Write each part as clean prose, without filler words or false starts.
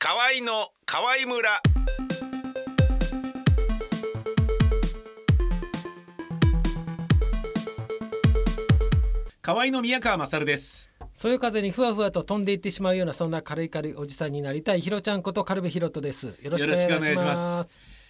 河合の河合村。河合の宮川勝です。 そよ風にふわふわと飛んでいってしまうような、そんな軽いおじさんになりたいひろちゃんこと軽部ひろとです。よろしくお願いします。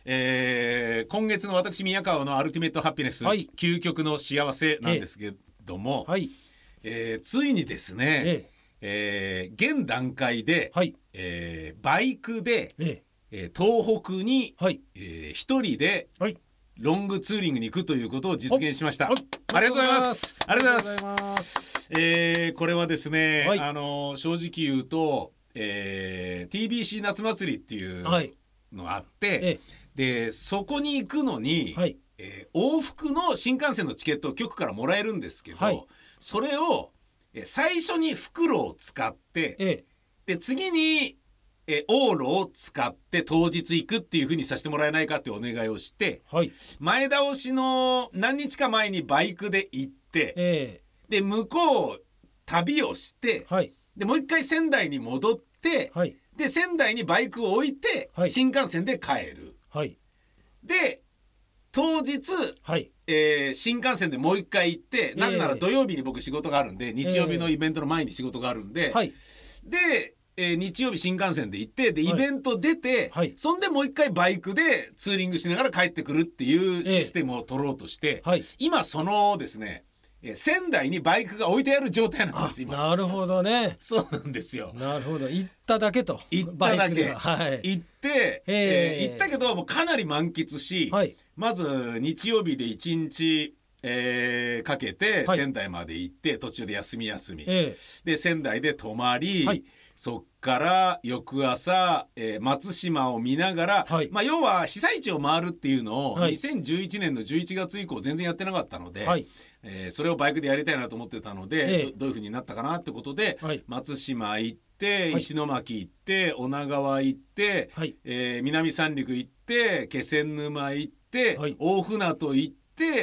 今月の私宮川のアルティメットハピネス、究極の幸せなんですけども、ついにですね、現段階で、バイクで、東北に、一人で、ロングツーリングに行くということを実現しました。ありがとうございます。ありがとうございます。これはですね、正直言うと、TBC 夏祭りっていうのがあって、でそこに行くのに、往復の新幹線のチケットを局からもらえるんですけど、それを最初に袋を使って、で次に往路を使って当日行くっていう風にさせてもらえないかってお願いをして、前倒しの何日か前にバイクで行って、で向こう旅をして、でもう一回仙台に戻って、で仙台にバイクを置いて、新幹線で帰る、で当日、新幹線でもう一回行って、なぜなら土曜日に僕仕事があるんで、日曜日のイベントの前に仕事があるんで、で日曜日新幹線で行って、でイベント出て、そんでもう一回バイクでツーリングしながら帰ってくるっていうシステムを取ろうとして、今そのですね、仙台にバイクが置いてある状態なんです今。 なるほどね。 そうなんですよ。 なるほど。行っただけと。 行っただけ、行って、行ったけどもうかなり満喫し、まず日曜日で1日かけて仙台まで行って、途中で休み、で仙台で泊まり、そっから翌朝、松島を見ながら、要は被災地を回るっていうのを、2011年の11月以降全然やってなかったので、それをバイクでやりたいなと思ってたので、どういう風になったかなってことで、松島行って、石巻行って女川行って、南三陸行って気仙沼行って、大船渡行って、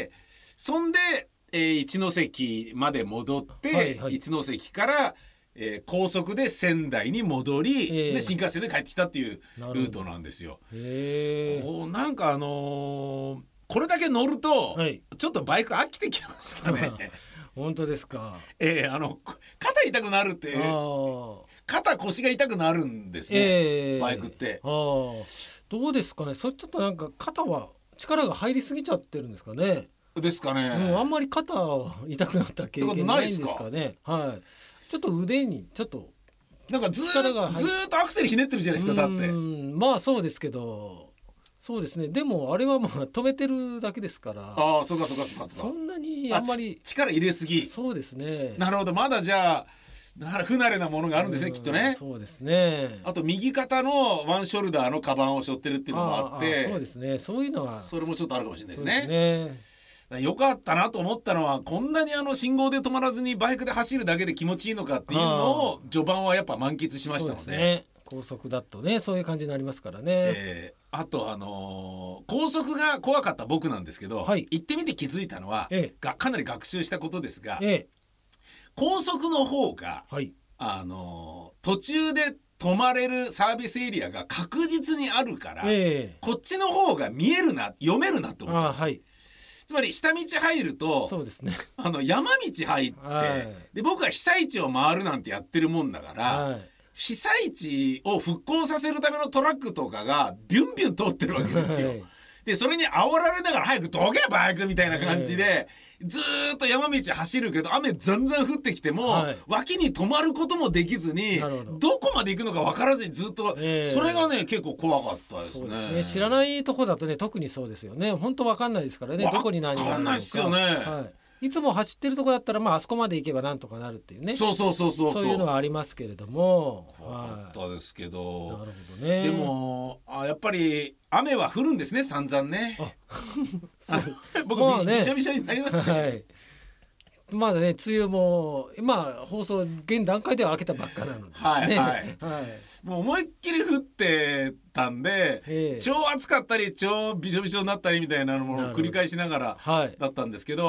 そんで、一関まで戻って、一関から高速で仙台に戻り、で新幹線で帰ってきたっていうルートなんですよ。なんかこれだけ乗ると、ちょっとバイク飽きてきましたね。 本当ですか。 肩痛くなるって、肩腰が痛くなるんですね、バイクって。 どうですかね。それちょっとなんか肩は力が入りすぎちゃってるんですかね。 ですかね。 あんまり肩痛くなった経験ないんですかね。ちょっと腕にちょっとなんかずっとアクセルひねってるじゃないですか。だってまあそうですけど、そうですね。でもあれはもう止めてるだけですから。 そうかそんなにあんまり力入れすぎ。 そうですね。 なるほど。まだじゃあ不慣れなものがあるんですね、きっとね。 そうですね。 あと右肩のワンショルダーのカバンを背負ってるっていうのもあって、 そうですね。そういうのはそれもちょっとあるかもしれないですね。よかったなと思ったのは、こんなに信号で止まらずにバイクで走るだけで気持ちいいのかっていうのを序盤はやっぱ満喫しましたので。そうですね。 高速だとね、そういう感じになりますからね。 あと高速が怖かった僕なんですけど、行ってみて気づいたのは、かなり学習したことですが、高速の方が、途中で止まれるサービスエリアが確実にあるから、こっちの方が見えるな、読めるなと思ったんです。つまり下道入ると、 そうですね、 山道入って、で僕は被災地を回るなんてやってるもんだから、被災地を復興させるためのトラックとかがビュンビュン通ってるわけですよ。でそれに煽られながら早くどけバイクみたいな感じで、ずーっと山道走るけど雨ざんざん降ってきても、脇に止まることもできずに、どこまで行くのか分からずにずっと、それがね結構怖かったですね。 そうですね。知らないとこだとね特にそうですよね。本当分かんないですからね、どこに何があるのか。 分かんないですよね。 いつも走ってるとこだったら、あそこまで行けばなんとかなるっていうね。 そういうのはありますけれども。 怖かったですけど。 なるほどね。 でもやっぱり雨は降るんですね、散々ね。僕びしゃびしゃになりましたね。 まだね、梅雨も放送現段階では開けたばっかなのですね。 もう思いっきり降ってたんで、超暑かったり超びしょびしょになったりみたいなものを繰り返しながらだったんですけど、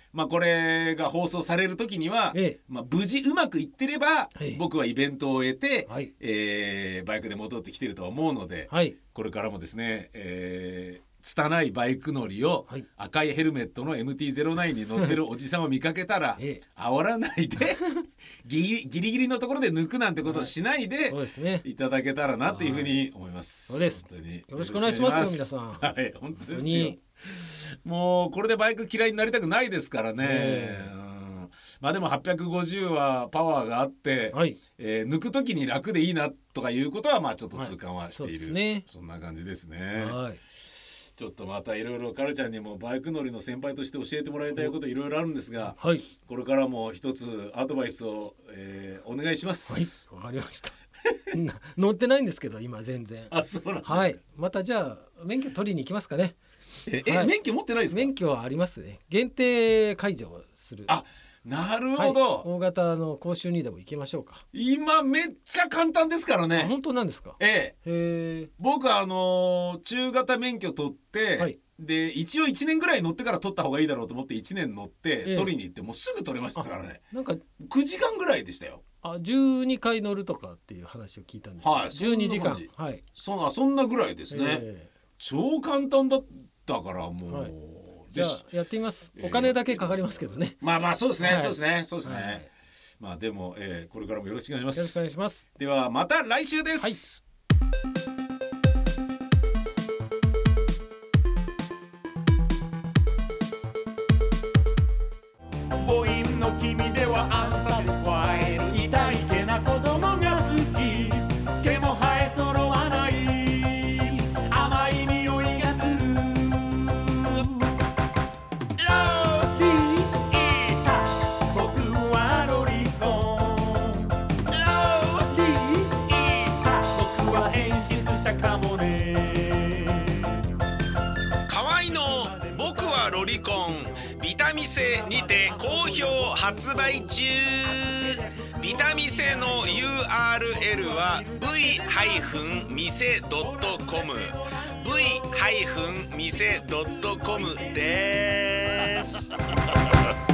これが放送される時には、無事うまくいってれば、僕はイベントを終えて、バイクで戻ってきてるとは思うので、これからもですね、拙いバイク乗りを、赤いヘルメットの MT-09 に乗ってるおじさんを見かけたら、煽らないでギリギリのところで抜くなんてことをしないで、いただけたらなというふうに思います。 そうです。本当によろしくお願いしますよ、皆さん。 はい、本当ですよ。もうこれでバイク嫌いになりたくないですからね。でも850はパワーがあって、抜く時に楽でいいなとかいうことはちょっと痛感はしている、そんな感じですね。ちょっとまたいろいろカルちゃんにもバイク乗りの先輩として教えてもらいたいこといろいろあるんですが、これからも一つアドバイスを、お願いします。 わかりました乗ってないんですけど今全然。 そうなんですか。 またじゃあ免許取りに行きますかね。 免許持ってないですか？ 免許はありますね。限定解除をする。 なるほど、 大型の講習にでも行きましょうか。 今めっちゃ簡単ですからね。 本当なんですか？ 僕は中型免許取って、で一応1年ぐらい乗ってから取った方がいいだろうと思って1年乗って取りに行ってもうすぐ取れましたからね。なんか9時間ぐらいでしたよ。 12回乗るとかっていう話を聞いたんですけど、12時間。 そんなぐらいですね。超簡単だったからもう、 じゃあやってみます。お金だけかかりますけどね。 そうですね、そうですね。でも、これからもよろしくお願いします。 よろしくお願いします。 ではまた来週です。 母音の君ではアンサティスファイル、痛いけな子供が好き、毛も生え揃わない甘い匂いがする。ロリータ、僕はロリコン。ロリータ、僕は演出者かもね。 河合の僕はロリコン、ビタミセにて好評発売中。ビタミセの URL は v-mise.com v-mise.com です